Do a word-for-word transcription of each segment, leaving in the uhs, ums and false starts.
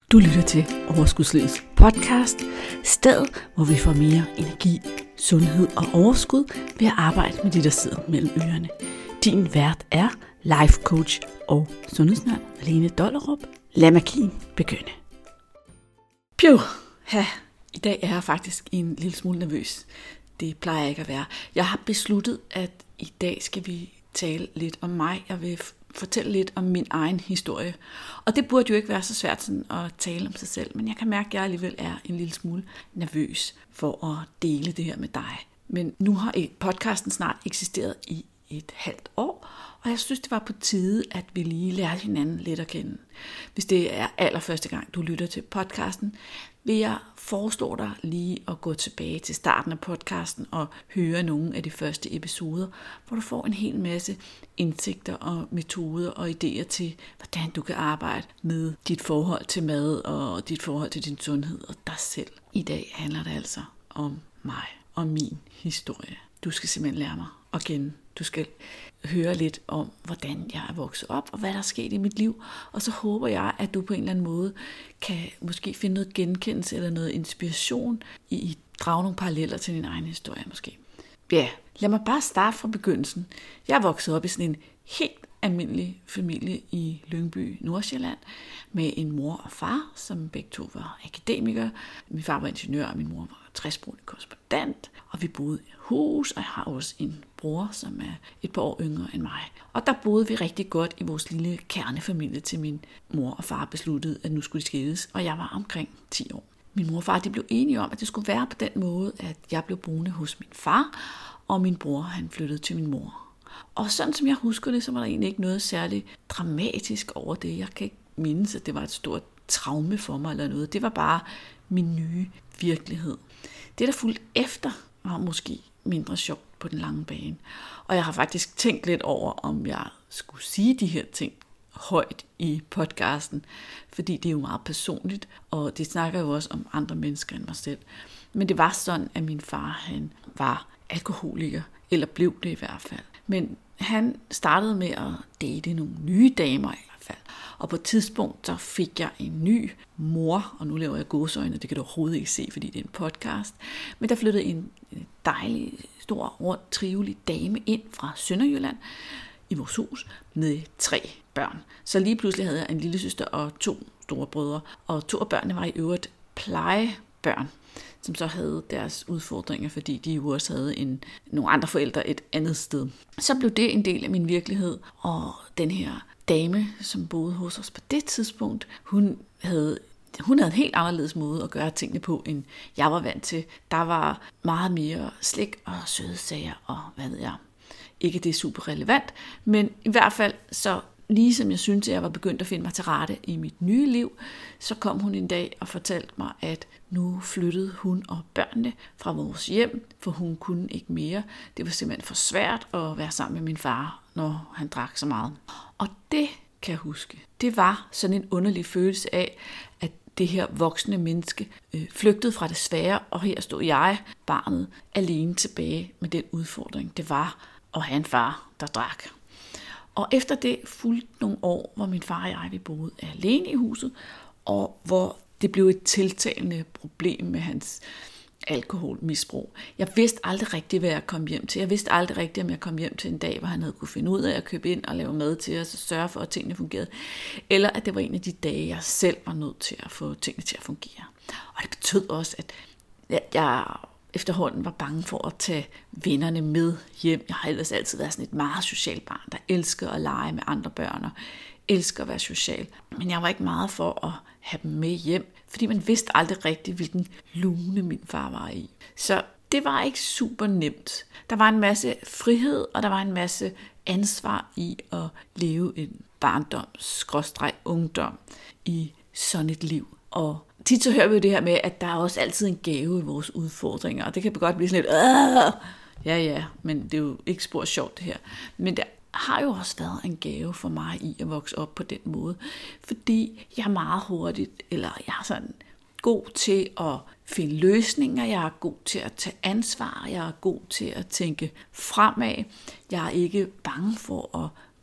Du lytter til Overskudslivets podcast, stedet hvor vi får mere energi, sundhed og overskud ved at arbejde med de, der sidder mellem ørerne. Din vært er life coach og sundhedsnørd Malene Dollerup. Lad magien begynde. Pju, ha. I dag er jeg faktisk en lille smule nervøs. Det plejer jeg ikke at være. Jeg har besluttet, at i dag skal vi tale lidt om mig. Jeg vil fortælle lidt om min egen historie. Og det burde jo ikke være så svært sådan at tale om sig selv, men jeg kan mærke, at jeg alligevel er en lille smule nervøs for at dele det her med dig. Men nu har podcasten snart eksisteret i et halvt år, og jeg synes, det var på tide, at vi lige lærte hinanden lidt at kende. Hvis det er allerførste gang, du lytter til podcasten, vil jeg foreslå dig lige at gå tilbage til starten af podcasten og høre nogle af de første episoder, hvor du får en hel masse indsigter og metoder og idéer til, hvordan du kan arbejde med dit forhold til mad og dit forhold til din sundhed og dig selv. I dag handler det altså om mig og min historie. Du skal simpelthen lære mig at kende. Du skal høre lidt om, hvordan jeg er vokset op, og hvad der er sket i mit liv. Og så håber jeg, at du på en eller anden måde kan måske finde noget genkendelse eller noget inspiration i at drage nogle paralleller til din egen historie måske. Ja, lad mig bare starte fra begyndelsen. Jeg er vokset op i sådan en helt almindelig familie i Lyngby, Nordsjælland, med en mor og far, som begge to var akademikere. Min far var ingeniør, og min mor var tresproget korrespondent, og vi boede i hus, og jeg har også en bror, som er et par år yngre end mig. Og der boede vi rigtig godt i vores lille kernefamilie, til min mor og far besluttede, at nu skulle de skilles, og jeg var omkring ti år. Min mor og far de blev enige om, at det skulle være på den måde, at jeg blev boende hos min far, og min bror han flyttede til min mor. Og sådan som jeg husker det, så var der egentlig ikke noget særligt dramatisk over det. Jeg kan ikke mindes, at det var et stort traume for mig eller noget. Det var bare min nye virkelighed. Det, der fulgte efter, var måske mindre sjovt på den lange bane. Og jeg har faktisk tænkt lidt over, om jeg skulle sige de her ting højt i podcasten, fordi det er jo meget personligt, og det snakker jo også om andre mennesker end mig selv. Men det var sådan, at min far han var alkoholiker, eller blev det i hvert fald. Men han startede med at date nogle nye damer i hvert fald. Og på et tidspunkt så fik jeg en ny mor, og nu laver jeg gåseøjne, det kan du overhovedet ikke se, fordi det er en podcast. Men der flyttede en dejlig, stor, rund, trivelig dame ind fra Sønderjylland i vores hus med tre børn. Så lige pludselig havde jeg en lille søster og to store brødre, og to af børnene var i øvrigt plejebørn, som så havde deres udfordringer, fordi de jo også havde en, nogle andre forældre et andet sted. Så blev det en del af min virkelighed, og den her dame, som boede hos os på det tidspunkt, hun havde, hun havde en helt anderledes måde at gøre tingene på, end jeg var vant til. Der var meget mere slik og søde sager, og hvad ved jeg. Ikke det er super relevant, men i hvert fald så lige som jeg syntes, at jeg var begyndt at finde mig til rette i mit nye liv, så kom hun en dag og fortalte mig, at nu flyttede hun og børnene fra vores hjem, for hun kunne ikke mere. Det var simpelthen for svært at være sammen med min far, når han drak så meget. Og det kan jeg huske. Det var sådan en underlig følelse af, at det her voksne menneske øh, flygtede fra det svære, og her stod jeg, barnet, alene tilbage med den udfordring. Det var at have en far, der drak. Og efter det fulgte nogle år, hvor min far og jeg vi boede alene i huset, og hvor det blev et tiltagende problem med hans alkoholmisbrug. Jeg vidste aldrig rigtigt, hvad jeg kom hjem til. Jeg vidste aldrig rigtigt, om jeg kom hjem til en dag, hvor han havde kunne finde ud af at købe ind og lave mad til os og sørge for, at tingene fungerede. Eller at det var en af de dage, jeg selv var nødt til at få tingene til at fungere. Og det betød også, at jeg efterhånden var bange for at tage vennerne med hjem. Jeg har ellers altid været sådan et meget socialt barn, der elsker at lege med andre børn og elsker at være social. Men jeg var ikke meget for at have dem med hjem, fordi man vidste aldrig rigtigt, hvilken lune min far var i. Så det var ikke super nemt. Der var en masse frihed, og der var en masse ansvar i at leve en barndom-ungdom i sådan et liv. Og tit så hører vi jo det her med, at der er også altid en gave i vores udfordringer, og det kan godt blive sådan lidt, Åh! ja ja, men det er jo ikke spor sjovt det her. Men der har jo også været en gave for mig i at vokse op på den måde, fordi jeg er meget hurtigt, eller jeg er sådan god til at finde løsninger, jeg er god til at tage ansvar, jeg er god til at tænke fremad, jeg er ikke bange for at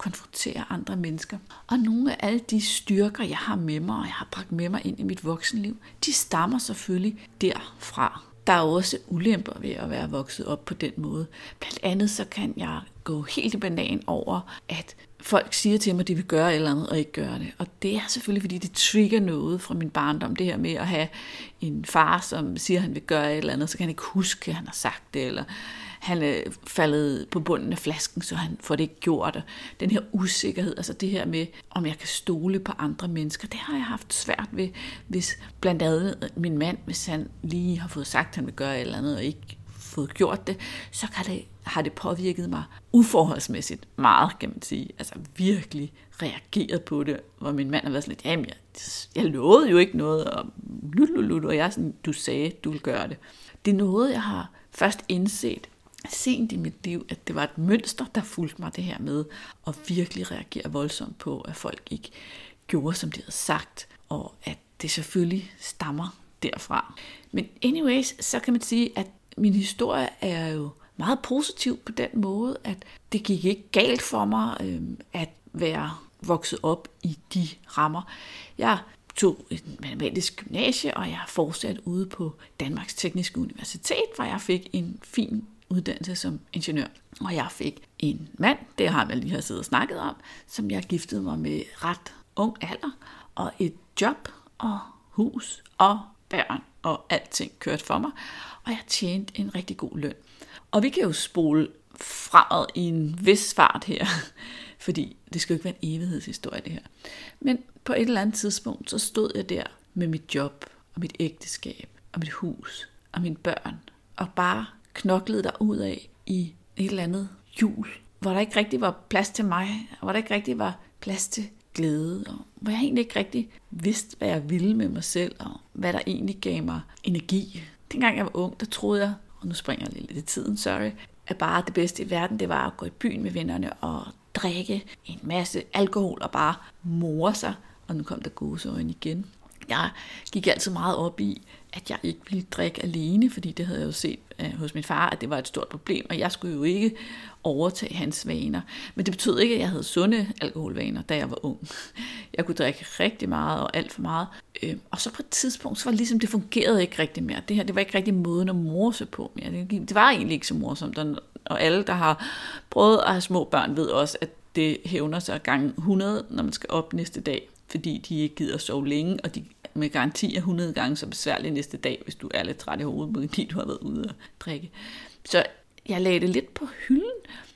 konfrontere andre mennesker. Og nogle af alle de styrker, jeg har med mig, og jeg har bragt med mig ind i mit voksenliv, de stammer selvfølgelig derfra. Der er også ulemper ved at være vokset op på den måde. Blandt andet så kan jeg gå helt i banan over, at folk siger til mig, at de vil gøre et eller andet, og ikke gøre det. Og det er selvfølgelig, fordi det trigger noget fra min barndom. Det her med at have en far, som siger, at han vil gøre et eller andet, så kan han ikke huske, at han har sagt det, eller han er faldet på bunden af flasken, så han får det ikke gjort. Og den her usikkerhed, altså det her med, om jeg kan stole på andre mennesker, det har jeg haft svært ved, hvis blandt andet min mand, hvis han lige har fået sagt, at han vil gøre et eller andet, og ikke fået gjort det, så kan det, har det påvirket mig uforholdsmæssigt meget, kan man sige. Altså virkelig reageret på det, hvor min mand har været sådan lidt, jamen jeg, jeg lovede jo ikke noget, og lululul, og jeg er sådan, du sagde, du vil gøre det. Det er noget, jeg har først indset sent i mit liv, at det var et mønster, der fulgte mig det her med at virkelig reagere voldsomt på, at folk ikke gjorde, som de havde sagt, og at det selvfølgelig stammer derfra. Men anyways, så kan man sige, at min historie er jo meget positiv på den måde, at det gik ikke galt for mig øh, at være vokset op i de rammer. Jeg tog et matematisk gymnasie, og jeg har fortsat ude på Danmarks Tekniske Universitet, hvor jeg fik en fin uddannelse som ingeniør. Og jeg fik en mand, det har jeg lige har siddet og snakket om, som jeg giftede mig med ret ung alder, og et job og hus og børn, og alting kørte for mig, og jeg tjente en rigtig god løn. Og vi kan jo spole fremad i en vis fart her, fordi det skal jo ikke være en evighedshistorie det her. Men på et eller andet tidspunkt, så stod jeg der med mit job, og mit ægteskab, og mit hus, og mine børn, og bare knoklede der ud af i et eller andet hjul, hvor der ikke rigtig var plads til mig, og hvor der ikke rigtig var plads til glæde, og hvor jeg egentlig ikke rigtig vidste, hvad jeg ville med mig selv, og hvad der egentlig gav mig energi. Dengang jeg var ung, der troede jeg, og nu springer jeg lidt i tiden, sorry, at bare det bedste i verden, det var at gå i byen med vennerne og drikke en masse alkohol og bare more sig. Og nu kom der gåseøjne igen. Jeg gik altid meget op i, at jeg ikke ville drikke alene, fordi det havde jeg jo set hos min far, at det var et stort problem, og jeg skulle jo ikke overtage hans vaner. Men det betød ikke, at jeg havde sunde alkoholvaner, da jeg var ung. Jeg kunne drikke rigtig meget og alt for meget. Og så på et tidspunkt, så var det ligesom, det fungerede ikke rigtig mere. Det her, det var ikke rigtig måden at more sig på mere. Det var egentlig ikke så morsomt, og alle, der har prøvet at have små børn, ved også, at det hævner sig gange hundrede, når man skal op næste dag, fordi de ikke gider sove længe, og de med garanti er hundrede gange så besværligt næste dag, hvis du er lidt træt i hovedet, fordi du har været ude og drikke. Så jeg lagde det lidt på hylden,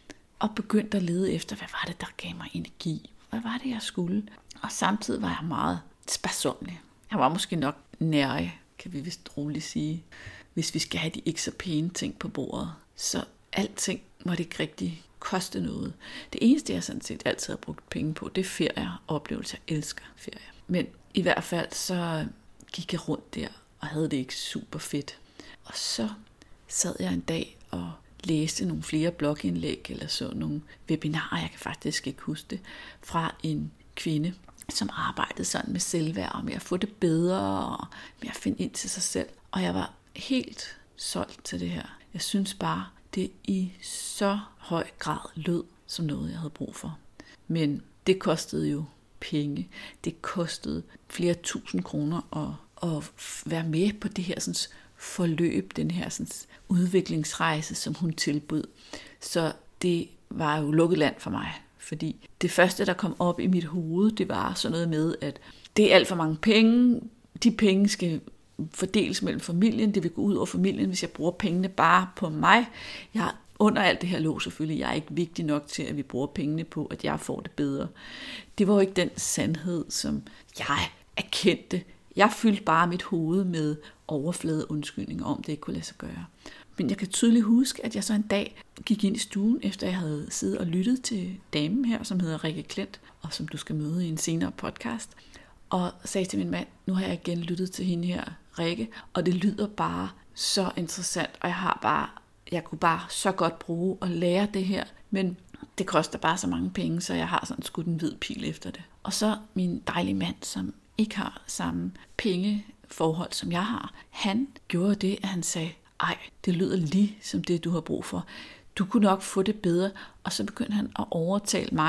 og begyndte at lede efter, hvad var det, der gav mig energi? Hvad var det, jeg skulle? Og samtidig var jeg meget sparsommelig. Jeg var måske nok nærig, kan vi vist roligt sige, hvis vi skal have de ikke så pæne ting på bordet. Så alting måtte ikke rigtig koste noget. Det eneste, jeg sådan set altid har brugt penge på, det er ferier og oplevelser. Jeg elsker ferier. Men i hvert fald så gik jeg rundt der og havde det ikke super fedt. Og så sad jeg en dag og læste nogle flere blogindlæg eller så nogle webinarer, jeg kan faktisk ikke huske det, fra en kvinde, som arbejdede sådan med selvværd og med at få det bedre og med at finde ind til sig selv. Og jeg var helt solgt til det her. Jeg synes bare, det i så høj grad lød som noget, jeg havde brug for. Men det kostede jo penge. Det kostede flere tusind kroner at, at være med på det her sådan, forløb, den her sådan, udviklingsrejse, som hun tilbød. Så det var jo lukket land for mig. Fordi det første, der kom op i mit hoved, det var sådan noget med, at det er alt for mange penge. De penge skal fordeles mellem familien. Det vil gå ud over familien, hvis jeg bruger pengene bare på mig. Jeg under alt det her lå selvfølgelig, jeg er ikke vigtig nok til, at vi bruger pengene på, at jeg får det bedre. Det var jo ikke den sandhed, som jeg erkendte. Jeg fyldte bare mit hoved med overflade undskyldninger om, det ikke kunne lade sig gøre. Men jeg kan tydeligt huske, at jeg så en dag gik ind i stuen, efter jeg havde siddet og lyttet til damen her, som hedder Rikke Klint, og som du skal møde i en senere podcast, og sagde til min mand, nu har jeg igen lyttet til hende her, Rikke, og det lyder bare så interessant, og jeg har bare, jeg kunne bare så godt bruge at lære det her, men det koster bare så mange penge, så jeg har sådan skudt en hvid pil efter det. Og så min dejlige mand, som ikke har samme pengeforhold, som jeg har, han gjorde det, at han sagde, ej, det lyder lige som det, du har brug for. Du kunne nok få det bedre. Og så begyndte han at overtale mig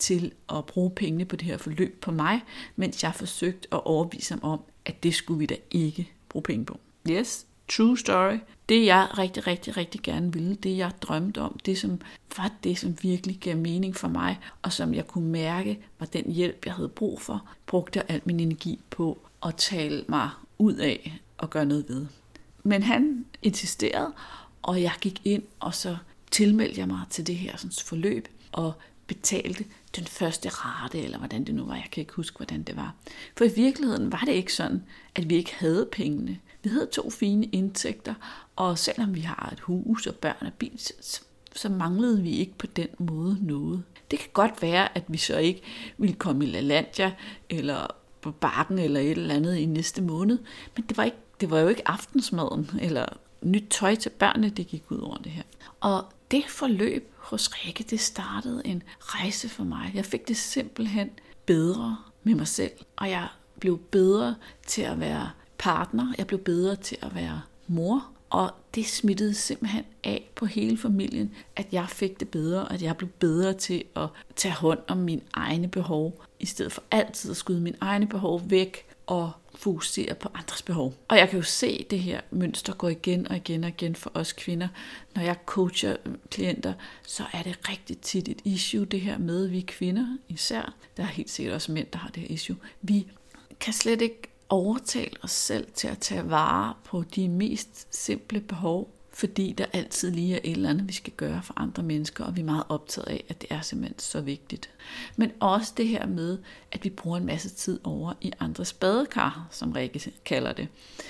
til at bruge pengene på det her forløb på mig, mens jeg forsøgte at overbevise ham om, at det skulle vi da ikke bruge penge på. Yes, true story. Det jeg rigtig, rigtig, rigtig gerne ville, det jeg drømte om, det som var det, som virkelig gav mening for mig, og som jeg kunne mærke var den hjælp, jeg havde brug for, brugte jeg al min energi på at tale mig ud af og gøre noget ved. Men han insisterede, og jeg gik ind, og så tilmeldte jeg mig til det her sådan, forløb, og betalte den første rate, eller hvordan det nu var. Jeg kan ikke huske, hvordan det var. For i virkeligheden var det ikke sådan, at vi ikke havde pengene. Vi havde to fine indtægter, og selvom vi har et hus og børn og bil, så, så manglede vi ikke på den måde noget. Det kan godt være, at vi så ikke ville komme i LaLandia, eller på Bakken, eller et eller andet i næste måned, men det var, ikke, det var jo ikke aftensmaden, eller nyt tøj til børnene, det gik ud over det her. Og det forløb hos Rikke, det startede en rejse for mig. Jeg fik det simpelthen bedre med mig selv, og jeg blev bedre til at være partner, jeg blev bedre til at være mor, og det smittede simpelthen af på hele familien, at jeg fik det bedre, at jeg blev bedre til at tage hånd om mine egne behov, i stedet for altid at skyde mine egne behov væk og fokusere på andres behov. Og jeg kan jo se det her mønster gå igen og igen og igen for os kvinder. Når jeg coacher klienter, så er det rigtig tit et issue, det her med, vi kvinder især. Der er helt sikkert også mænd, der har det her issue. Vi kan slet ikke overtale os selv til at tage vare på de mest simple behov, fordi der altid lige er et eller andet, vi skal gøre for andre mennesker, og vi er meget optaget af, at det er simpelthen så vigtigt. Men også det her med, at vi bruger en masse tid over i andres badekar, som Rikke kalder det.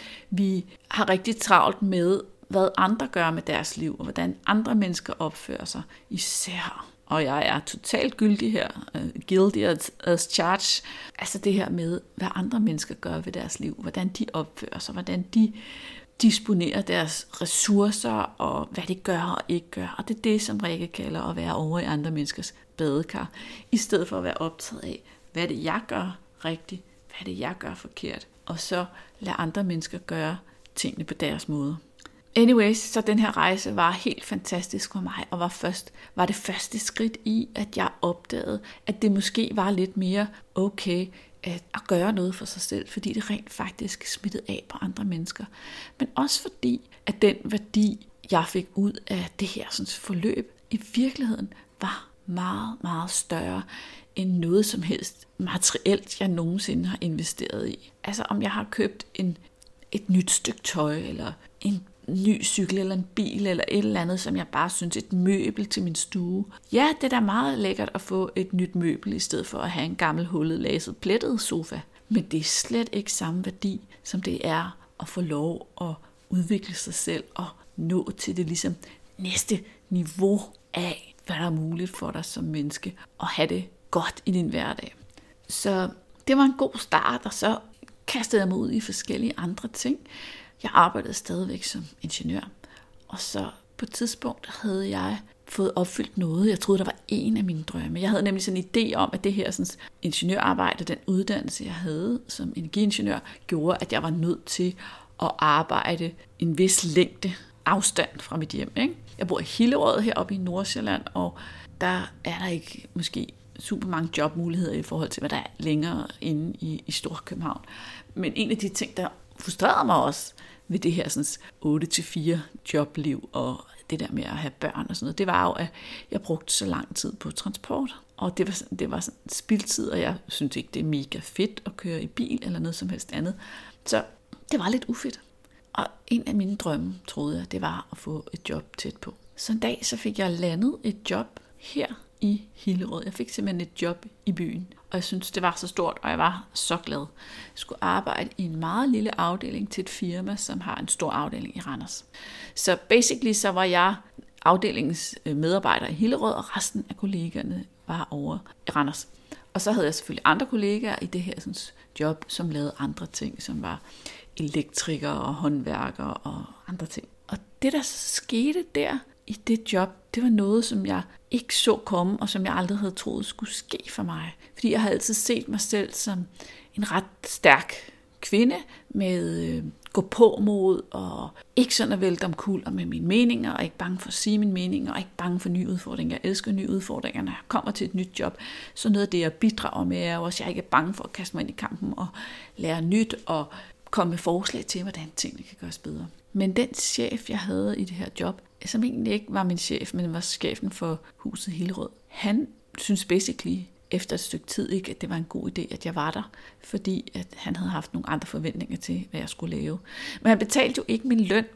Vi har rigtig travlt med, hvad andre gør med deres liv, og hvordan andre mennesker opfører sig, især. Og jeg er totalt gyldig her, uh, guilty as, as charged. Altså det her med, hvad andre mennesker gør ved deres liv, hvordan de opfører sig, hvordan de disponerer deres ressourcer, og hvad de gør og ikke gør. Og det er det, som Rikke kalder at være over i andre menneskers badekar, i stedet for at være optaget af, hvad det jeg gør rigtigt, hvad det jeg gør forkert, og så lade andre mennesker gøre tingene på deres måde. Anyways, så den her rejse var helt fantastisk for mig, og var, først, var det første skridt i, at jeg opdagede, at det måske var lidt mere okay at gøre noget for sig selv, fordi det rent faktisk smittede af på andre mennesker. Men også fordi, at den værdi, jeg fik ud af det her sådan, forløb, i virkeligheden var meget, meget større end noget som helst materielt, jeg nogensinde har investeret i. Altså om jeg har købt en, et nyt stykke tøj, eller en ny cykel, eller en bil, eller et eller andet, som jeg bare synes, et møbel til min stue. Ja, det er da meget lækkert at få et nyt møbel, i stedet for at have en gammel, hullet, laset, plettet sofa. Men det er slet ikke samme værdi, som det er at få lov at udvikle sig selv, og nå til det ligesom næste niveau af, hvad der er muligt for dig som menneske, og have det godt i din hverdag. Så det var en god start, og så kastede jeg mig ud i forskellige andre ting. Jeg arbejdede stadigvæk som ingeniør, og så på et tidspunkt havde jeg fået opfyldt noget. Jeg troede, der var en af mine drømme. Jeg havde nemlig sådan en idé om, at det her sådan, ingeniørarbejde, den uddannelse, jeg havde som energiingeniør, gjorde, at jeg var nødt til at arbejde en vis længde afstand fra mit hjem. Ikke? Jeg bor i Hillerød heroppe i Nordsjælland, og der er der ikke måske super mange jobmuligheder i forhold til, hvad der er længere inde i, i Storkøbenhavn. Men en af de ting, der frustrerede mig også ved det her sådan otte til fire jobliv, og det der med at have børn og sådan noget, det var jo, at jeg brugte så lang tid på transport. Og det var, det var sådan spildtid, og jeg synes ikke, det er mega fedt at køre i bil eller noget som helst andet. Så det var lidt ufedt. Og en af mine drømme, troede jeg, det var at få et job tæt på. Så en dag, så fik jeg landet et job her i Hillerød. Jeg fik simpelthen et job i byen, og jeg synes det var så stort, og jeg var så glad. Jeg skulle arbejde i en meget lille afdeling til et firma, som har en stor afdeling i Randers. Så basically så var jeg afdelingens medarbejder i Hillerød, og resten af kollegaerne var over i Randers. Og så havde jeg selvfølgelig andre kollegaer i det her sådan, job, som lavede andre ting, som var elektrikere og håndværkere og andre ting. Og det der skete der i det job, det var noget, som jeg ikke så komme, og som jeg aldrig havde troet skulle ske for mig. Fordi jeg havde altid set mig selv som en ret stærk kvinde med gå på mod, og ikke sådan at vælte omkuld med mine meninger, og ikke bange for at sige mine meninger, og ikke bange for nye udfordringer. Jeg elsker nye udfordringer, når jeg kommer til et nyt job. Så noget af det, jeg bidrager med, er også, at jeg ikke er bange for at kaste mig ind i kampen, og lære nyt, og komme med forslag til, hvordan tingene kan gøres bedre. Men den chef, jeg havde i det her job, som egentlig ikke var min chef, men var chefen for huset Hillerød, han synes basically, efter et stykke tid ikke, at det var en god idé, at jeg var der, fordi at han havde haft nogle andre forventninger til, hvad jeg skulle lave. Men han betalte jo ikke min løn,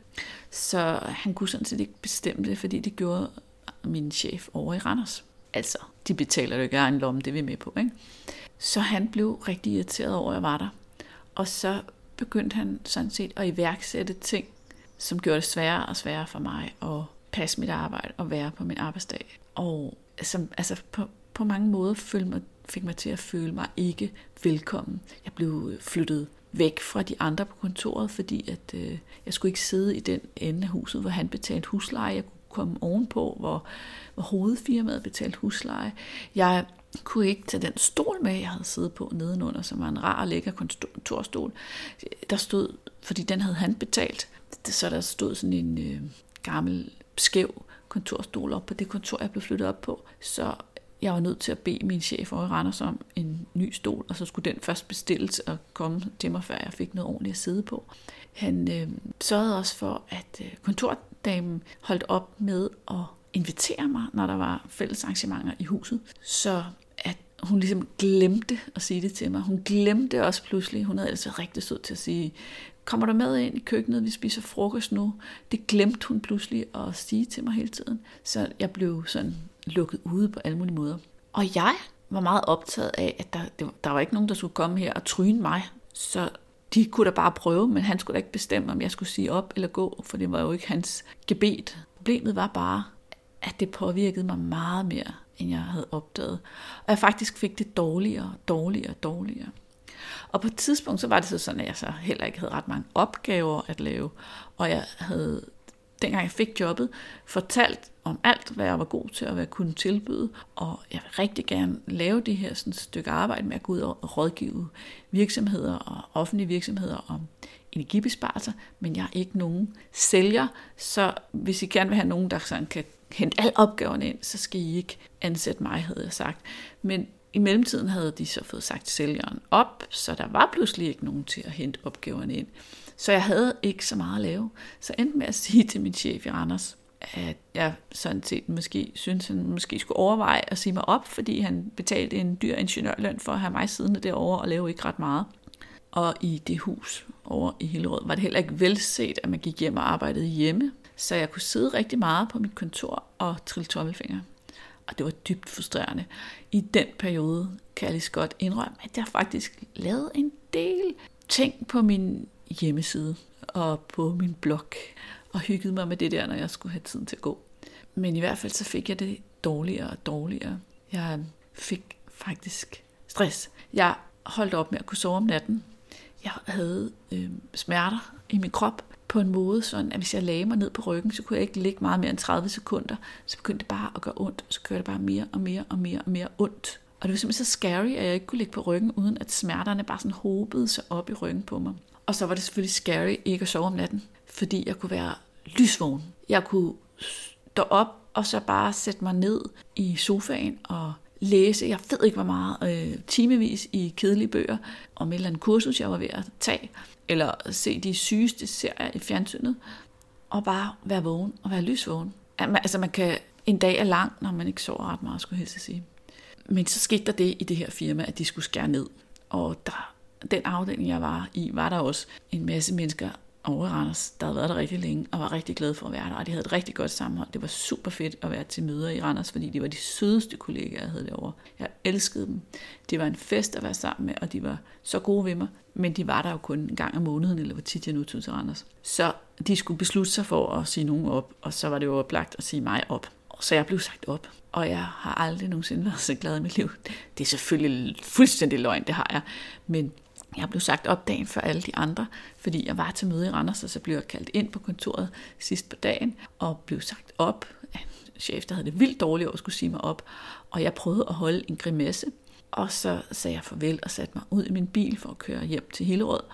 så han kunne sådan set ikke bestemme det, fordi det gjorde min chef over i Randers. Altså, de betaler jo ikke egen lomme, det er vi med på, ikke? Så han blev rigtig irriteret over, at jeg var der. Og så begyndte han sådan set at iværksætte ting, som gjorde det sværere og sværere for mig at passe mit arbejde og være på min arbejdsdag. Og som, altså på, på mange måder mig, fik mig til at føle mig ikke velkommen. Jeg blev flyttet væk fra de andre på kontoret, fordi at, øh, jeg skulle ikke sidde i den ende af huset, hvor han betalte husleje. Jeg kunne komme ovenpå, hvor, hvor hovedfirmaet betalte husleje. Jeg kunne ikke tage den stol med, jeg havde siddet på nedenunder, som var en rar og lækker kontorstol. Der stod, fordi den havde han betalt, så der stod sådan en øh, gammel, skæv kontorstol op på det kontor, jeg blev flyttet op på. Så jeg var nødt til at bede min chef over i Randers om en ny stol, og så skulle den først bestilles og komme til mig, før jeg fik noget ordentligt at sidde på. Han øh, sørgede også for, at øh, kontordamen holdt op med at invitere mig, når der var fælles arrangementer i huset, så at hun ligesom glemte at sige det til mig. Hun glemte også pludselig, hun havde altså rigtig sød til at sige, kommer du med ind i køkkenet, vi spiser frokost nu? Det glemte hun pludselig at sige til mig hele tiden, så jeg blev sådan lukket ude på alle mulige måder. Og jeg var meget optaget af, at der, det, der var ikke nogen, der skulle komme her og tryne mig, så de kunne da bare prøve, men han skulle da ikke bestemme, om jeg skulle sige op eller gå, for det var jo ikke hans gebet. Problemet var bare, at det påvirkede mig meget mere, end jeg havde opdaget. Og jeg faktisk fik det dårligere, dårligere, dårligere. Og på et tidspunkt, så var det så sådan, at jeg så heller ikke havde ret mange opgaver at lave. Og jeg havde, dengang jeg fik jobbet, fortalt om alt, hvad jeg var god til, og hvad jeg kunne tilbyde. Og jeg vil rigtig gerne lave det her sådan stykke arbejde med at gå ud og rådgive virksomheder og offentlige virksomheder om energibesparelser, men jeg er ikke nogen sælger, så hvis I gerne vil have nogen, der sådan kan hente alle opgaverne ind, så skal I ikke ansætte mig, havde jeg sagt. Men i mellemtiden havde de så fået sagt sælgeren op, så der var pludselig ikke nogen til at hente opgaverne ind. Så jeg havde ikke så meget at lave. Så endte med at sige til min chef i Randers, at jeg sådan set måske synes, han måske skulle overveje at sige mig op, fordi han betalte en dyr ingeniørløn for at have mig siddende derovre og lave ikke ret meget. Og i det hus over i Hillerød var det heller ikke velset, at man gik hjem og arbejdede hjemme. Så jeg kunne sidde rigtig meget på mit kontor og trille tommelfingre. Og det var dybt frustrerende. I den periode kan jeg lige så godt indrømme, at jeg faktisk lavede en del ting på min hjemmeside og på min blog. Og hyggede mig med det der, når jeg skulle have tiden til at gå. Men i hvert fald så fik jeg det dårligere og dårligere. Jeg fik faktisk stress. Jeg holdt op med at kunne sove om natten. Jeg havde øh, smerter i min krop på en måde, sådan at hvis jeg lagde mig ned på ryggen, så kunne jeg ikke ligge meget mere end tredive sekunder. Så begyndte det bare at gøre ondt, så gjorde det bare mere og mere og mere og mere ondt. Og det var simpelthen så scary, at jeg ikke kunne ligge på ryggen, uden at smerterne bare sådan hobede sig op i ryggen på mig. Og så var det selvfølgelig scary ikke at sove om natten, fordi jeg kunne være lysvågen. Jeg kunne stå op og så bare sætte mig ned i sofaen og læse, jeg ved ikke hvor meget, øh, timevis i kedelige bøger om et eller andet kursus, jeg var ved at tage, eller se de sygeste serier i fjernsynet, og bare være vågen og være lysvågen. Altså man kan, en dag er lang, når man ikke sover ret meget, skulle jeg helst sige. Men så skete der det i det her firma, at de skulle skære ned, og der, den afdeling, jeg var i, var der også en masse mennesker over i Randers, der havde været der rigtig længe, og var rigtig glade for at være der, og de havde et rigtig godt sammenhold. Det var super fedt at være til møder i Randers, fordi de var de sødeste kollegaer, jeg havde derovre. Jeg elskede dem. Det var en fest at være sammen med, og de var så gode ved mig, men de var der jo kun en gang om måneden, eller hvor tit jeg nu tog til Randers. Så de skulle beslutte sig for at sige nogen op, og så var det jo oplagt at sige mig op. Så jeg blev sagt op, og jeg har aldrig nogensinde været så glad i mit liv. Det er selvfølgelig fuldstændig løgn, det har jeg, men jeg blev sagt op dagen før alle de andre, fordi jeg var til møde i Randers, og så blev jeg kaldt ind på kontoret sidst på dagen, og blev sagt op af en chef, der havde det vildt dårligt over at skulle sige mig op, og jeg prøvede at holde en grimesse, og så sagde jeg farvel og satte mig ud i min bil for at køre hjem til Hillerød,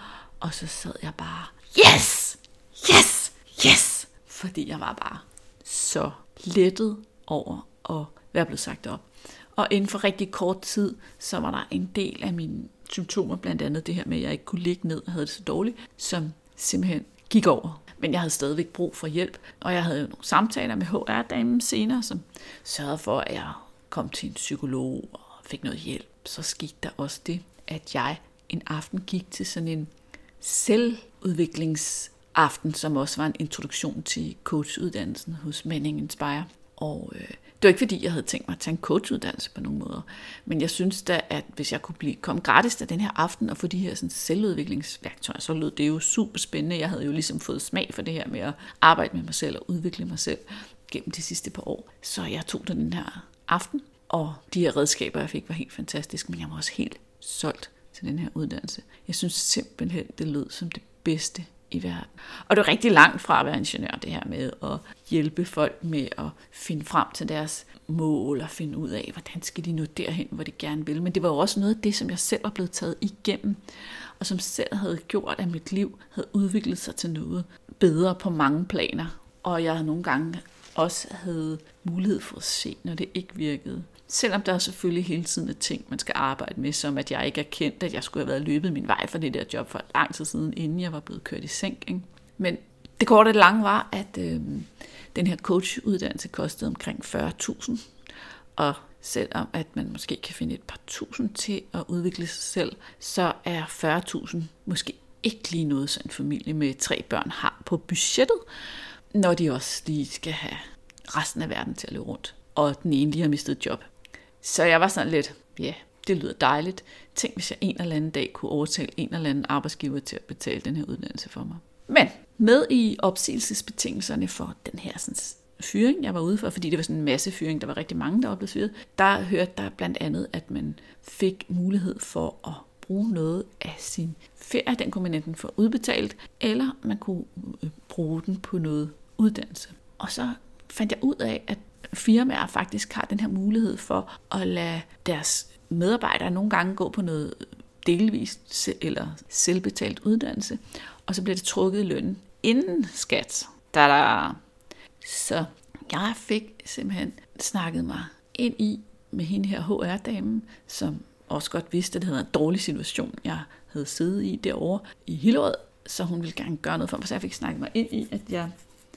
Og så sad jeg bare, yes, yes, yes, fordi jeg var bare så lettet over at være blevet sagt op. Og inden for rigtig kort tid, så var der en del af mine symptomer, blandt andet det her med, at jeg ikke kunne ligge ned og havde det så dårligt, som simpelthen gik over. Men jeg havde stadigvæk brug for hjælp, og jeg havde jo nogle samtaler med H R-damen senere, som sørgede for, at jeg kom til en psykolog og fik noget hjælp. Så skete der også det, at jeg en aften gik til sådan en selvudviklingsaften, som også var en introduktion til coachuddannelsen hos Manning Inspire. Og øh, det var ikke fordi, jeg havde tænkt mig at tage en coachuddannelse på nogen måder, men jeg synes da, at hvis jeg kunne blive, komme gratis til den her aften og få de her sådan, selvudviklingsværktøjer, så lød det jo super spændende. Jeg havde jo ligesom fået smag for det her med at arbejde med mig selv og udvikle mig selv gennem de sidste par år. Så jeg tog den her aften, og de her redskaber, jeg fik, var helt fantastiske, men jeg var også helt solgt til den her uddannelse. Jeg synes simpelthen, det lød som det bedste i verden. Og det er rigtig langt fra at være ingeniør, det her med at hjælpe folk med at finde frem til deres mål og finde ud af, hvordan skal de nå derhen, hvor de gerne vil. Men det var jo også noget af det, som jeg selv var blevet taget igennem, og som selv havde gjort, at mit liv havde udviklet sig til noget bedre på mange planer. Og jeg havde nogle gange også havde mulighed for at se, når det ikke virkede. Selvom der er selvfølgelig hele tiden er ting, man skal arbejde med, som at jeg ikke er kendt, at jeg skulle have været løbet min vej fra det der job for lang tid siden, inden jeg var blevet kørt i sænk. Ikke? Men det korte og lange var, at øh, den her coachuddannelse kostede omkring fyrre tusind. Og selvom at man måske kan finde et par tusind til at udvikle sig selv, så er fyrre tusind måske ikke lige noget, så en familie med tre børn har på budgettet, når de også lige skal have resten af verden til at løbe rundt, og den ene lige har mistet job. Så jeg var sådan lidt, ja, yeah, det lyder dejligt. Tænk, hvis jeg en eller anden dag kunne overtale en eller anden arbejdsgiver til at betale den her uddannelse for mig. Men med i opsigelsesbetingelserne for den her sådan, fyring, jeg var ude for, fordi det var sådan en masse fyring, der var rigtig mange, der var blevet fyret, der hørte der blandt andet, at man fik mulighed for at bruge noget af sin ferie. Den kunne man enten få udbetalt, eller man kunne bruge den på noget uddannelse. Og så fandt jeg ud af, at firmaer faktisk har den her mulighed for at lade deres medarbejdere nogle gange gå på noget delvist eller selvbetalt uddannelse, og så bliver det trukket i lønnen inden skat. Da-da. Så jeg fik simpelthen snakket mig ind i med hende her H R-damen, som også godt vidste, at det havde en dårlig situation, jeg havde siddet i derovre i Hillerød, så hun ville gerne gøre noget for mig, så jeg fik snakket mig ind i, at jeg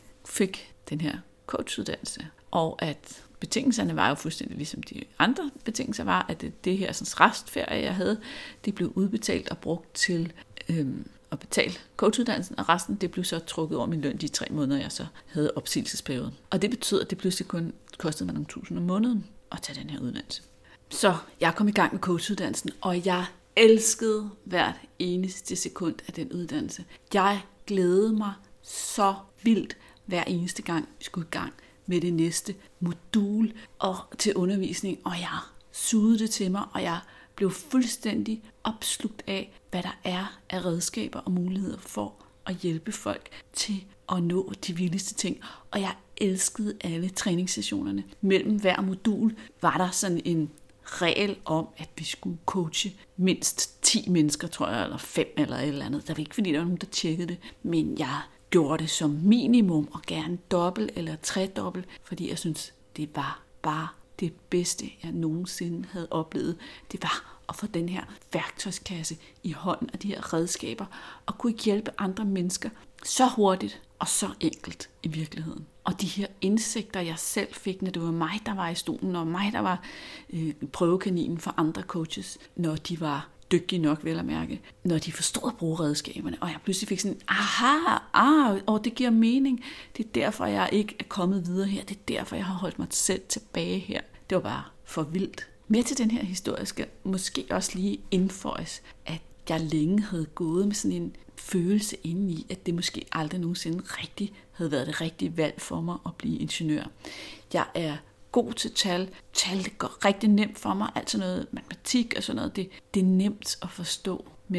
fik den her coachuddannelse, og at betingelserne var jo fuldstændig ligesom de andre betingelser var, at det, det her sådan, restferie, jeg havde, det blev udbetalt og brugt til øhm, at betale coachuddannelsen, og resten det blev så trukket over min løn de tre måneder, jeg så havde opsigelsesperioden. Og det betød, at det pludselig kun kostede mig nogle tusind om måneden at tage den her uddannelse. Så jeg kom i gang med coachuddannelsen, og jeg elskede hvert eneste sekund af den uddannelse. Jeg glædede mig så vildt hver eneste gang, vi skulle i gang med det næste modul og til undervisning, og jeg sugede det til mig, og jeg blev fuldstændig opslugt af, hvad der er af redskaber og muligheder for at hjælpe folk til at nå de vildeste ting. Og jeg elskede alle træningssessionerne. Mellem hver modul var der sådan en regel om, at vi skulle coache mindst ti mennesker, tror jeg, eller fem eller et eller andet. Der var ikke, fordi der var nogen, der tjekkede det, men jeg gjorde det som minimum, og gerne dobbelt eller tredobbelt, fordi jeg synes, det var bare det bedste, jeg nogensinde havde oplevet. Det var at få den her værktøjskasse i hånden af de her redskaber, og kunne hjælpe andre mennesker så hurtigt og så enkelt i virkeligheden. Og de her indsigter, jeg selv fik, når det var mig, der var i stolen, og mig, der var øh, prøvekaninen for andre coaches, når de var dygtige nok, vel at mærke, når de forstod at bruge redskaberne, og jeg pludselig fik sådan, aha, ah, og det giver mening. Det er derfor, jeg ikke er kommet videre her. Det er derfor, jeg har holdt mig selv tilbage her. Det var bare for vildt. Mere til den her historie skal måske også lige indføjes, at jeg længe havde gået med sådan en følelse indeni, at det måske aldrig nogensinde rigtig havde været det rigtige valg for mig at blive ingeniør. Jeg er god til tal. Tal, det går rigtig nemt for mig. Altså noget matematik og sådan noget, det, det er nemt at forstå. Men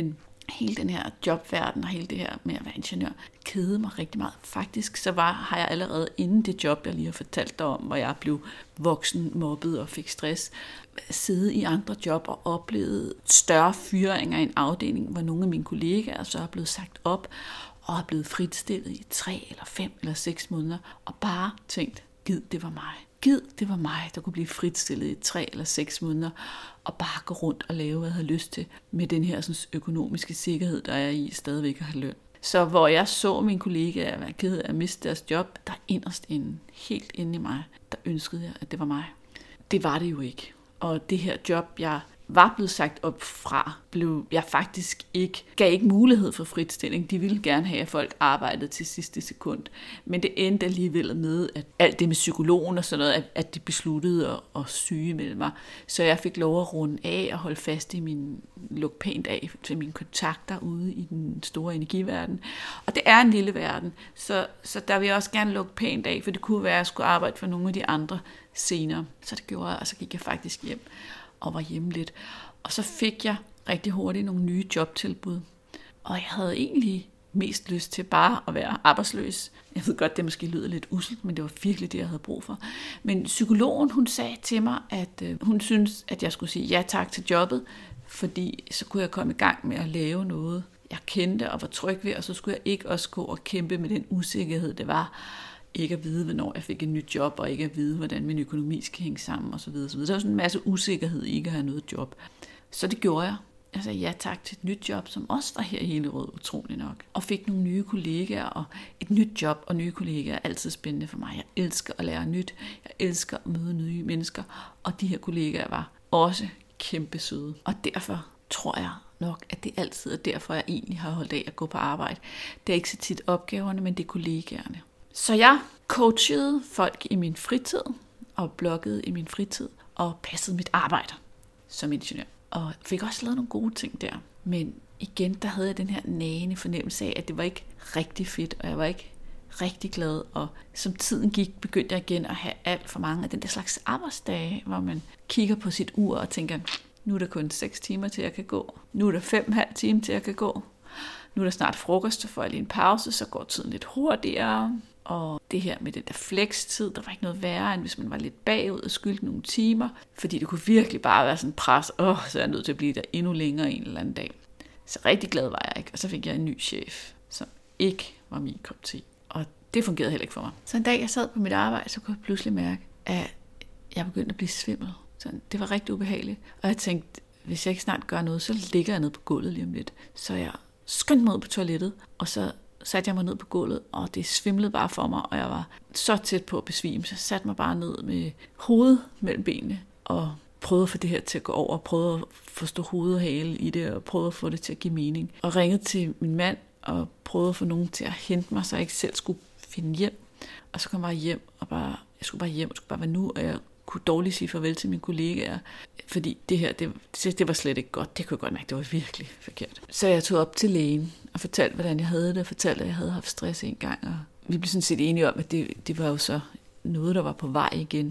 hele den her jobverden og hele det her med at være ingeniør kedede mig rigtig meget. Faktisk så var, har jeg allerede inden det job, jeg lige har fortalt dig om, hvor jeg blev voksen, mobbet og fik stress, siddet i andre job og oplevet større fyringer i en afdeling, hvor nogle af mine kollegaer så er blevet sagt op og er blevet fritstillet i tre eller fem eller seks måneder, og bare tænkt, gid det var mig. Gid det var mig, der kunne blive fritstillet i tre eller seks måneder, og bare gå rundt og lave, hvad jeg havde lyst til, med den her sådan, økonomiske sikkerhed, der er i stadigvæk at have løn. Så hvor jeg så mine kollegaer være ked af at miste deres job, der inderst inde, helt inde i mig, der ønskede jeg, at det var mig. Det var det jo ikke. Og det her job, jeg var blevet sagt op fra, blev jeg faktisk ikke, gav ikke mulighed for fritstilling. De ville gerne have, at folk arbejdede til sidste sekund. Men det endte alligevel med, at alt det med psykologen og sådan noget, at de besluttede at, at sygemelde mig. Så jeg fik lov at runde af og holde fast i min, lukke pænt af til mine kontakter ude i den store energiverden. Og det er en lille verden, så, så der vil jeg også gerne lukke pænt af, for det kunne være, at jeg skulle arbejde for nogle af de andre senere. Så det gjorde jeg, og så gik jeg faktisk hjem og var hjemme lidt. Og så fik jeg rigtig hurtigt nogle nye jobtilbud. Og jeg havde egentlig mest lyst til bare at være arbejdsløs. Jeg ved godt, det måske lyder lidt usselt, men det var virkelig det, jeg havde brug for. Men psykologen, hun sagde til mig, at øh, hun syntes, at jeg skulle sige ja tak til jobbet, fordi så kunne jeg komme i gang med at lave noget, jeg kendte og var tryg ved, og så skulle jeg ikke også gå og kæmpe med den usikkerhed, det var ikke at vide, hvornår jeg fik et nyt job, og ikke at vide, hvordan min økonomi skal hænge sammen, osv. osv. Der var sådan en masse usikkerhed i ikke at have noget job. Så det gjorde jeg. Jeg sagde ja tak til et nyt job, som også var her i Hillerød, utrolig nok. Og fik nogle nye kollegaer, og et nyt job og nye kollegaer er altid spændende for mig. Jeg elsker at lære nyt. Jeg elsker at møde nye mennesker, og de her kollegaer var også kæmpe søde. Og derfor tror jeg nok, at det altid er derfor, jeg egentlig har holdt af at gå på arbejde. Det er ikke så tit opgaverne, men det er kollegaerne. Så jeg coachede folk i min fritid, og bloggede i min fritid, og passede mit arbejde som ingeniør. Og fik også lavet nogle gode ting der. Men igen, der havde jeg den her nagende fornemmelse af, at det var ikke rigtig fedt, og jeg var ikke rigtig glad. Og som tiden gik, begyndte jeg igen at have alt for mange af den der slags arbejdsdage, hvor man kigger på sit ur og tænker, nu er der kun seks timer til, jeg kan gå. Nu er der fem og en halv time til, jeg kan gå. Nu er der snart frokost, så får jeg lige en pause, så går tiden lidt hurtigere. Og det her med den der flekstid, der var ikke noget værre, end hvis man var lidt bagud og skyldte nogle timer. Fordi det kunne virkelig bare være sådan en pres. Åh, så er jeg nødt til at blive der endnu længere en eller anden dag. Så rigtig glad var jeg ikke. Og så fik jeg en ny chef, som ikke var min kop te. Og det fungerede heller ikke for mig. Så en dag, jeg sad på mit arbejde, så kunne jeg pludselig mærke, at jeg begyndte at blive svimmel. Så det var rigtig ubehageligt. Og jeg tænkte, hvis jeg ikke snart gør noget, så ligger jeg nede på gulvet lige om lidt. Så jeg skyndte mig ud på toilettet, og så satte jeg mig ned på gulvet, og det svimlede bare for mig, og jeg var så tæt på at besvime, så jeg satte mig bare ned med hovedet mellem benene, og prøvede at få det her til at gå over, og prøvede at forstå hoved og hale i det, og prøvede at få det til at give mening. Og ringede til min mand, og prøvede at få nogen til at hente mig, så jeg ikke selv skulle finde hjem. Og så kom jeg hjem, og bare, jeg skulle bare hjem, jeg skulle bare være nu, og jeg kunne dårligt sige farvel til mine kollegaer, fordi det her, det, det var slet ikke godt. Det kunne jeg godt mærke, det var virkelig forkert. Så jeg tog op til lægen og fortalte, hvordan jeg havde det, og fortalte, at jeg havde haft stress en gang, og vi blev sådan set enige om, at det, det var jo så noget, der var på vej igen.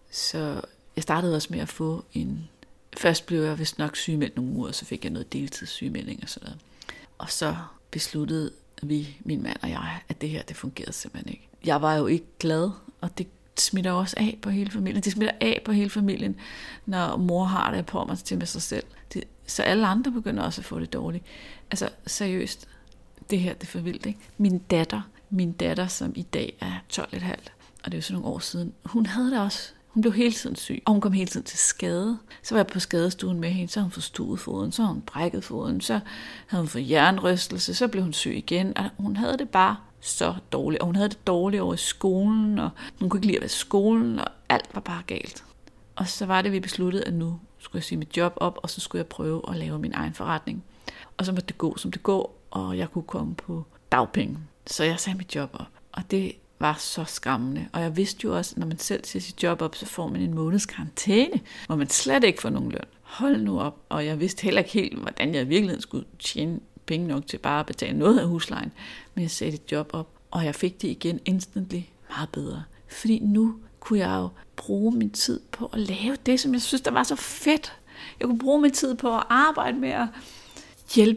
Så jeg startede også med at få en... Først blev jeg vist nok sygemeldt nogle uger, og så fik jeg noget deltidssygemelding og sådan noget. Og så besluttede vi, min mand og jeg, at det her, det fungerede simpelthen ikke. Jeg var jo ikke glad, og det smitter også af på hele familien. Det smitter af på hele familien, når mor har det på mig til med sig selv. Det, så alle andre begynder også at få det dårligt. Altså seriøst, det her, det er for vildt, ikke? Min datter, min datter, som i dag er tolv komma fem, og det er jo sådan nogle år siden, hun havde det også. Hun blev hele tiden syg, og hun kom hele tiden til skade. Så var jeg på skadestuen med hende, så havde hun forstuet foden, så havde hun brækket foden, så havde hun fået hjernerystelse, så blev hun syg igen. Og hun havde det bare så dårligt, og hun havde det dårligt over i skolen, og hun kunne ikke lide at være i skolen, og alt var bare galt. Og så var det, vi besluttede, at nu skulle jeg sige mit job op, og så skulle jeg prøve at lave min egen forretning. Og så måtte det gå, som det går, og jeg kunne komme på dagpenge. Så jeg sagde mit job op, og det var så skræmmende. Og jeg vidste jo også, at når man selv siger sit job op, så får man en måneds karantæne, hvor man slet ikke får nogen løn. Hold nu op. Og jeg vidste heller ikke helt, hvordan jeg i virkeligheden skulle tjene penge nok til bare at betale noget af huslejen. Men jeg satte et job op, og jeg fik det igen instantly meget bedre. Fordi nu kunne jeg jo bruge min tid på at lave det, som jeg synes, der var så fedt. Jeg kunne bruge min tid på at arbejde med at hjælpe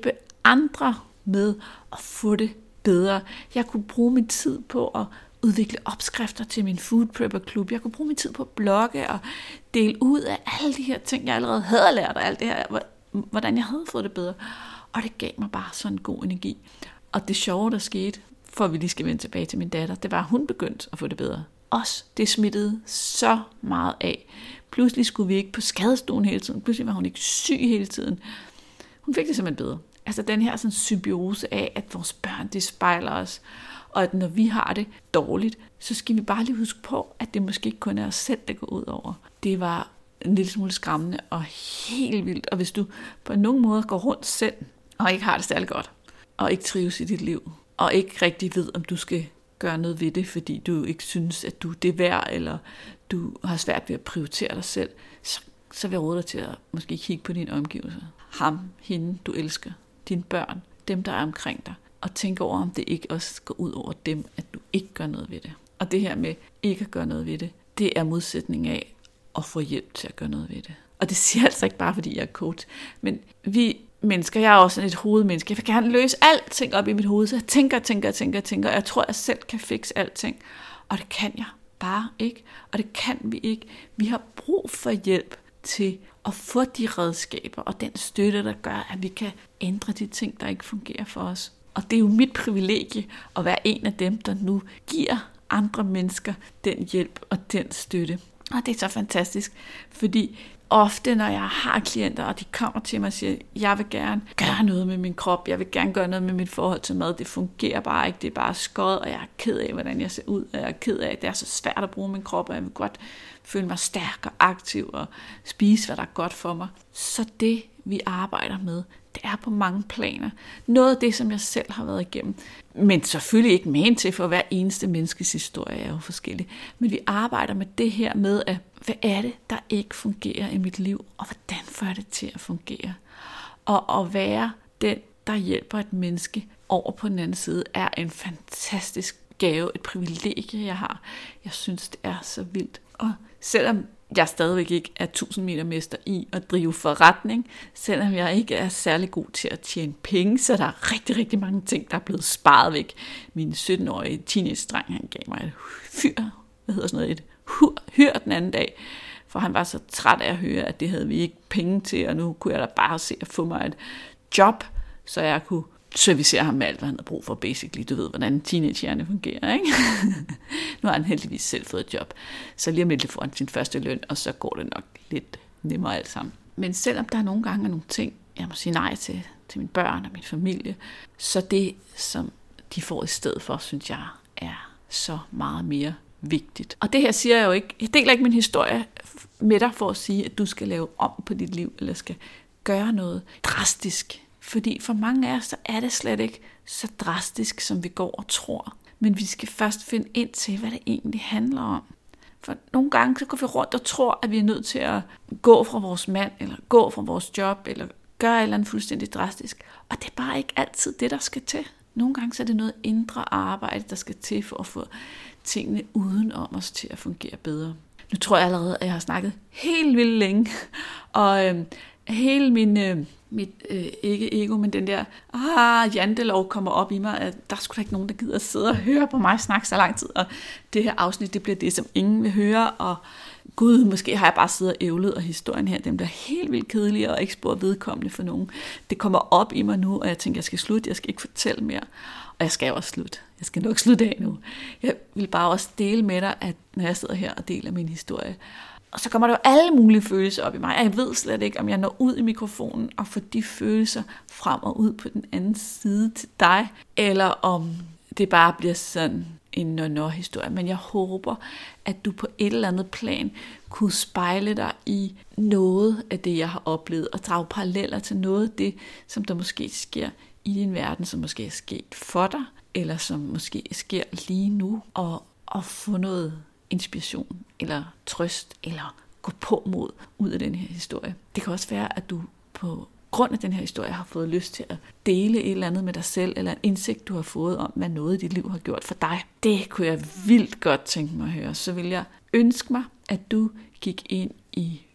andre med at få det bedre. Jeg kunne bruge min tid på at udvikle opskrifter til min food prepper klub. Jeg kunne bruge min tid på at blogge og dele ud af alle de her ting, jeg allerede havde lært, og alt det her, hvordan jeg havde fået det bedre. Og det gav mig bare sådan en god energi. Og det sjove, der skete, for vi lige skal vende tilbage til min datter, det var, at hun begyndte at få det bedre. Også det smittede så meget af. Pludselig skulle vi ikke på skadestuen hele tiden. Pludselig var hun ikke syg hele tiden. Hun fik det simpelthen bedre. Altså den her sådan symbiose af, at vores børn, de spejler os. Og at når vi har det dårligt, så skal vi bare lige huske på, at det måske ikke kun er os selv, der går ud over. Det var en lille smule skræmmende og helt vildt. Og hvis du på nogen måde går rundt selv, og ikke har det særlig godt, og ikke trives i dit liv, og ikke rigtig ved, om du skal gøre noget ved det, fordi du ikke synes, at du det er værd, eller du har svært ved at prioritere dig selv, så, så vil jeg råde dig til at måske kigge på dine omgivelser. Ham, hende, du elsker, dine børn, dem, der er omkring dig, og tænke over, om det ikke også går ud over dem, at du ikke gør noget ved det. Og det her med ikke at gøre noget ved det, det er modsætning af at få hjælp til at gøre noget ved det. Og det siger jeg altså ikke bare, fordi jeg er coach, men vi mennesker, jeg er også sådan et hovedmenneske. Jeg vil gerne løse alting op i mit hoved, så jeg tænker, tænker, tænker, tænker, og jeg tror, jeg selv kan fikse alting. Og det kan jeg bare ikke, og det kan vi ikke. Vi har brug for hjælp til at få de redskaber og den støtte, der gør, at vi kan ændre de ting, der ikke fungerer for os. Og det er jo mit privilegie at være en af dem, der nu giver andre mennesker den hjælp og den støtte. Og det er så fantastisk, fordi ofte, når jeg har klienter, og de kommer til mig og siger, jeg vil gerne gøre noget med min krop, jeg vil gerne gøre noget med mit forhold til mad, det fungerer bare ikke, det er bare skød, og jeg er ked af, hvordan jeg ser ud, og jeg er ked af, at det er så svært at bruge min krop, og jeg vil godt føle mig stærk og aktiv, og spise, hvad der er godt for mig. Så det, vi arbejder med, det er på mange planer. Noget af det, som jeg selv har været igennem. Men selvfølgelig ikke men til, for hver eneste menneskes historie er jo forskellig. Men vi arbejder med det her med, at hvad er det, der ikke fungerer i mit liv, og hvordan får jeg det til at fungere? Og at være den, der hjælper et menneske over på den anden side, er en fantastisk gave, et privilegie, jeg har. Jeg synes, det er så vildt. Og selvom jeg stadigvæk ikke er tusind meter mester i at drive forretning, selvom jeg ikke er særlig god til at tjene penge, så der er rigtig, rigtig mange ting, der er blevet sparet væk. Min sytten-årige teenage-dreng, han gav mig et fyr, hvad hedder sådan noget, et hyr den anden dag, for han var så træt af at høre, at det havde vi ikke penge til, og nu kunne jeg da bare se at få mig et job, så jeg kunne servicere ham med alt, hvad han havde brug for, basically. Du ved, hvordan teenagehjerne fungerer, ikke? Nu har han heldigvis selv fået et job, så lige om lidt får han sin første løn, og så går det nok lidt nemmere alt sammen. Men selvom der er nogle gange nogle ting, jeg må sige nej til, til mine børn og min familie, så det, som de får i stedet for, synes jeg, er så meget mere vigtigt. Og det her siger jeg jo ikke, jeg deler ikke min historie med dig for at sige, at du skal lave om på dit liv, eller skal gøre noget drastisk. Fordi for mange af os, så er det slet ikke så drastisk, som vi går og tror. Men vi skal først finde ind til, hvad det egentlig handler om. For nogle gange, så går vi rundt og tror, at vi er nødt til at gå fra vores mand, eller gå fra vores job, eller gøre et eller andet fuldstændig drastisk. Og det er bare ikke altid det, der skal til. Nogle gange så er det noget indre arbejde, der skal til for at få tingene uden om os til at fungere bedre. Nu tror jeg allerede, at jeg har snakket helt vildt længe, og øh, hele min, øh, mit, øh, ikke ego, men den der ah, jantelov kommer op i mig, at der er sgu da ikke nogen, der gider at sidde og høre på mig snakke så lang tid, og det her afsnit, det bliver det, som ingen vil høre, og gud, måske har jeg bare siddet og ævlet, og historien her, den bliver helt vildt kedelig, og ikke spor vedkommende for nogen. Det kommer op i mig nu, og jeg tænker, jeg skal slutte, jeg skal ikke fortælle mere, og jeg skal også slutte. Jeg skal nok slutte af nu. Jeg vil bare også dele med dig, at når jeg sidder her og deler min historie, og så kommer der jo alle mulige følelser op i mig. Jeg ved slet ikke, om jeg når ud i mikrofonen og får de følelser frem og ud på den anden side til dig, eller om det bare bliver sådan en nå-nå-historie. Men jeg håber, at du på et eller andet plan kunne spejle dig i noget af det, jeg har oplevet, og drage paralleller til noget af det, som der måske sker i din verden, som måske er sket for dig, eller som måske sker lige nu, og, og få noget inspiration, eller trøst, eller gå på mod ud af den her historie. Det kan også være, at du på grund af den her historie har fået lyst til at dele et eller andet med dig selv, eller en indsigt, du har fået om, hvad noget i dit liv har gjort for dig. Det kunne jeg vildt godt tænke mig at høre. Så vil jeg ønske mig, at du gik ind i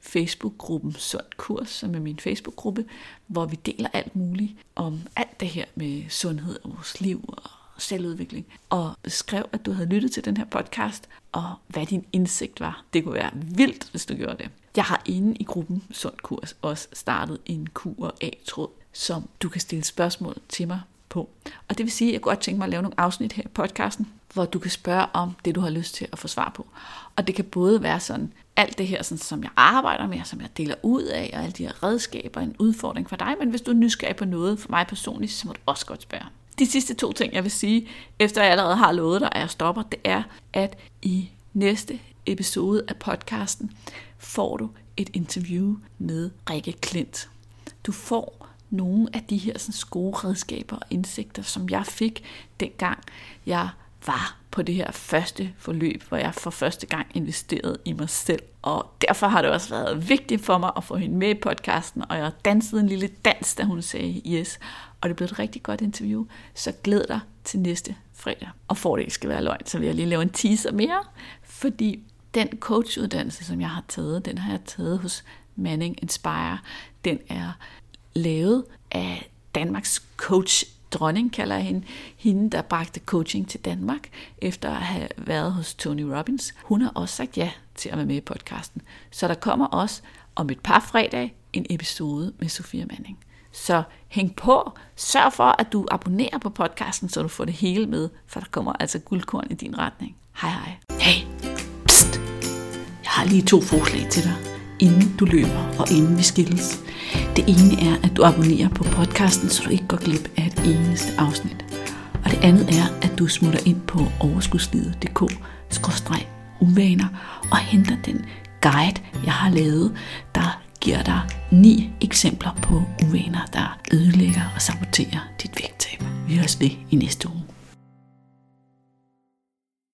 Facebook-gruppen Sund Kurs, som er min Facebook-gruppe, hvor vi deler alt muligt om alt det her med sundhed og vores liv og selvudvikling. Og beskrev, at du havde lyttet til den her podcast, og hvad din indsigt var. Det kunne være vildt, hvis du gjorde det. Jeg har inde i gruppen Sund Kurs også startet en Q og A-tråd, som du kan stille spørgsmål til mig på. Og det vil sige, at jeg godt tænke mig at lave nogle afsnit her i podcasten, hvor du kan spørge om det, du har lyst til at få svar på. Og det kan både være sådan, alt det her, sådan, som jeg arbejder med, som jeg deler ud af, og alle de her redskaber, en udfordring for dig. Men hvis du er nysgerrig på noget for mig personligt, så må du også godt spørge. De sidste to ting, jeg vil sige, efter jeg allerede har lovet dig, at jeg stopper, det er, at i næste episode af podcasten får du et interview med Rikke Klint. Du får nogle af de her sådan, gode redskaber og indsigter, som jeg fik dengang jeg var på det her første forløb, hvor jeg for første gang investerede i mig selv. Og derfor har det også været vigtigt for mig at få hende med i podcasten, og jeg dansede en lille dans, da hun sagde yes. Og det blev et rigtig godt interview, så glæd dig til næste fredag. Og for det ikke skal være løgn, så vil jeg lige lave en teaser mere, fordi den coachuddannelse, som jeg har taget, den har jeg taget hos Manning Inspire. Den er lavet af Danmarks coach dronning, kalder jeg hende, hende, der bragte coaching til Danmark, efter at have været hos Tony Robbins. Hun har også sagt ja til at være med i podcasten. Så der kommer også om et par fredag en episode med Sofia Manning. Så hæng på, sørg for, at du abonnerer på podcasten, så du får det hele med, for der kommer altså guldkorn i din retning. Hej hej. Hey, pst. Jeg har lige to forslag til dig, inden du løber og inden vi skilles. Det ene er, at du abonnerer på podcasten, så du ikke går glip af et eneste afsnit. Og det andet er, at du smutter ind på overskudslivet punktum d k skråstreg uvaner og henter den guide, jeg har lavet, der giver dig ni eksempler på uvaner, der ødelægger og saboterer dit vægttab. Vi høres ved i næste uge.